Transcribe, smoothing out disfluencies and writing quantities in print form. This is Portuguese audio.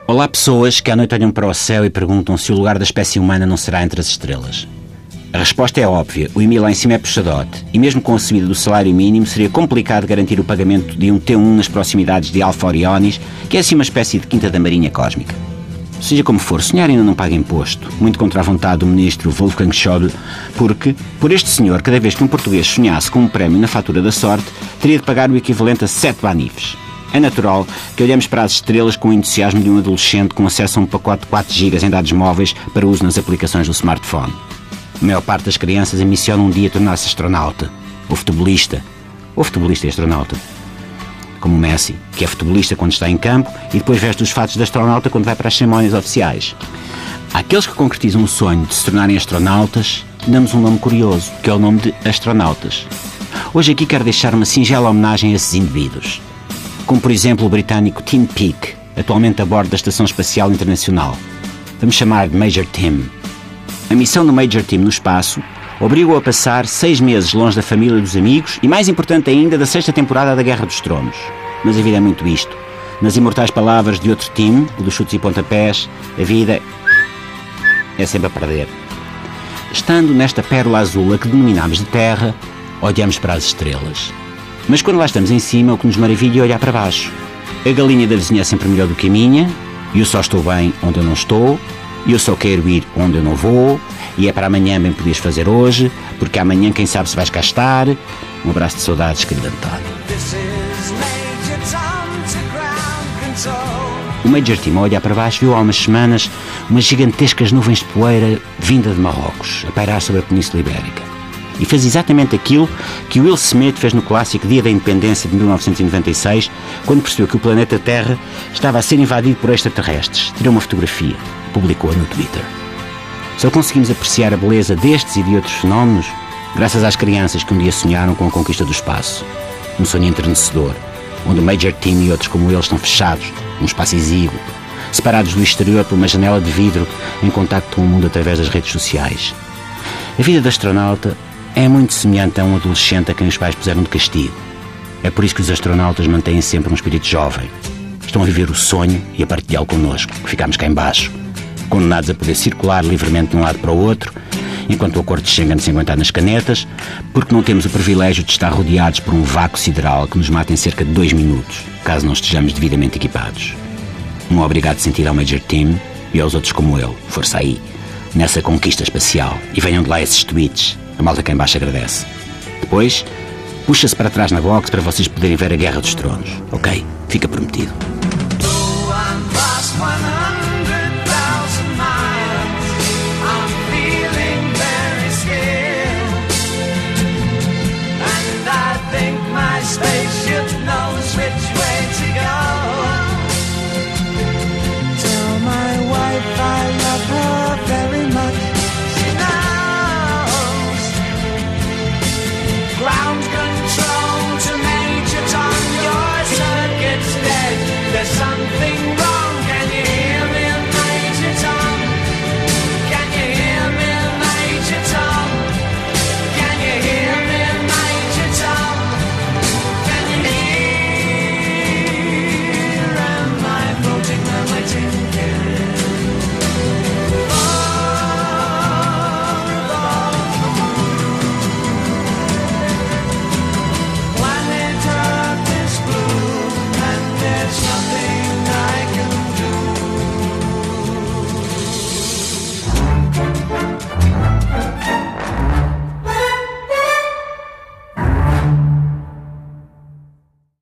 Olá, pessoas que à noite olham para o céu e perguntam se o lugar da espécie humana não será entre as estrelas. A resposta é óbvia, o IMI lá em cima é puxadote, e mesmo com a subida do salário mínimo seria complicado garantir o pagamento de um T1 nas proximidades de Alfa Orionis, que é assim uma espécie de quinta da marinha cósmica. Seja como for, sonhar ainda não paga imposto, muito contra a vontade do ministro Wolfgang Schäuble, porque, por este senhor, cada vez que um português sonhasse com um prémio na fatura da sorte, teria de pagar o equivalente a 7 banifes. É natural que olhemos para as estrelas com o entusiasmo de um adolescente com acesso a um pacote de 4 GB em dados móveis para uso nas aplicações do smartphone. A maior parte das crianças ambicionam um dia tornar-se astronauta, ou futebolista e astronauta. Como o Messi, que é futebolista quando está em campo e depois veste os fatos de astronauta quando vai para as cerimónias oficiais. Àqueles que concretizam o sonho de se tornarem astronautas, damos um nome curioso, que é o nome de astronautas. Hoje aqui quero deixar uma singela homenagem a esses indivíduos. Como, por exemplo, o britânico Tim Peake, atualmente a bordo da Estação Espacial Internacional. Vamos chamar de Major Tim. A missão do Major Tim no espaço obriga-o a passar 6 meses longe da família e dos amigos e, mais importante ainda, da 6ª temporada da Guerra dos Tronos. Mas a vida é muito isto. Nas imortais palavras de outro Tim, o dos chutes e pontapés, a vida é sempre a perder. Estando nesta pérola azul a que denominamos de Terra, olhamos para as estrelas. Mas quando lá estamos em cima, o que nos maravilha é olhar para baixo. A galinha da vizinha é sempre melhor do que a minha, e eu só estou bem onde eu não estou, e eu só quero ir onde eu não vou, e é para amanhã bem podias fazer hoje, porque amanhã quem sabe se vais cá estar. Um abraço de saudades, querido António. O Major Tim, a olhar para baixo, viu há umas semanas umas gigantescas nuvens de poeira vinda de Marrocos, a pairar sobre a Península Ibérica. E fez exatamente aquilo que Will Smith fez no clássico Dia da Independência de 1996, quando percebeu que o planeta Terra estava a ser invadido por extraterrestres. Tirou uma fotografia, publicou-a no Twitter. Só conseguimos apreciar a beleza destes e de outros fenómenos graças às crianças que um dia sonharam com a conquista do espaço. Um sonho entrenecedor, onde o Major Tim e outros como ele estão fechados num espaço exíguo, separados do exterior por uma janela de vidro em contacto com o mundo através das redes sociais. A vida de astronauta é muito semelhante a um adolescente a quem os pais puseram de castigo. É por isso que os astronautas mantêm sempre um espírito jovem. Estão a viver o sonho e a partilhá-lo connosco, que ficamos cá em baixo, condenados a poder circular livremente de um lado para o outro, enquanto o acordo de Schengen se aguentar nas canetas, porque não temos o privilégio de estar rodeados por um vácuo sideral que nos mata em cerca de 2 minutos, caso não estejamos devidamente equipados. Um obrigado sentido ao Major Tim e aos outros como ele. Força aí, nessa conquista espacial. E venham de lá esses tweets. A malta cá em baixo agradece. Depois, puxa-se para trás na box para vocês poderem ver a Guerra dos Tronos. Ok? Fica prometido.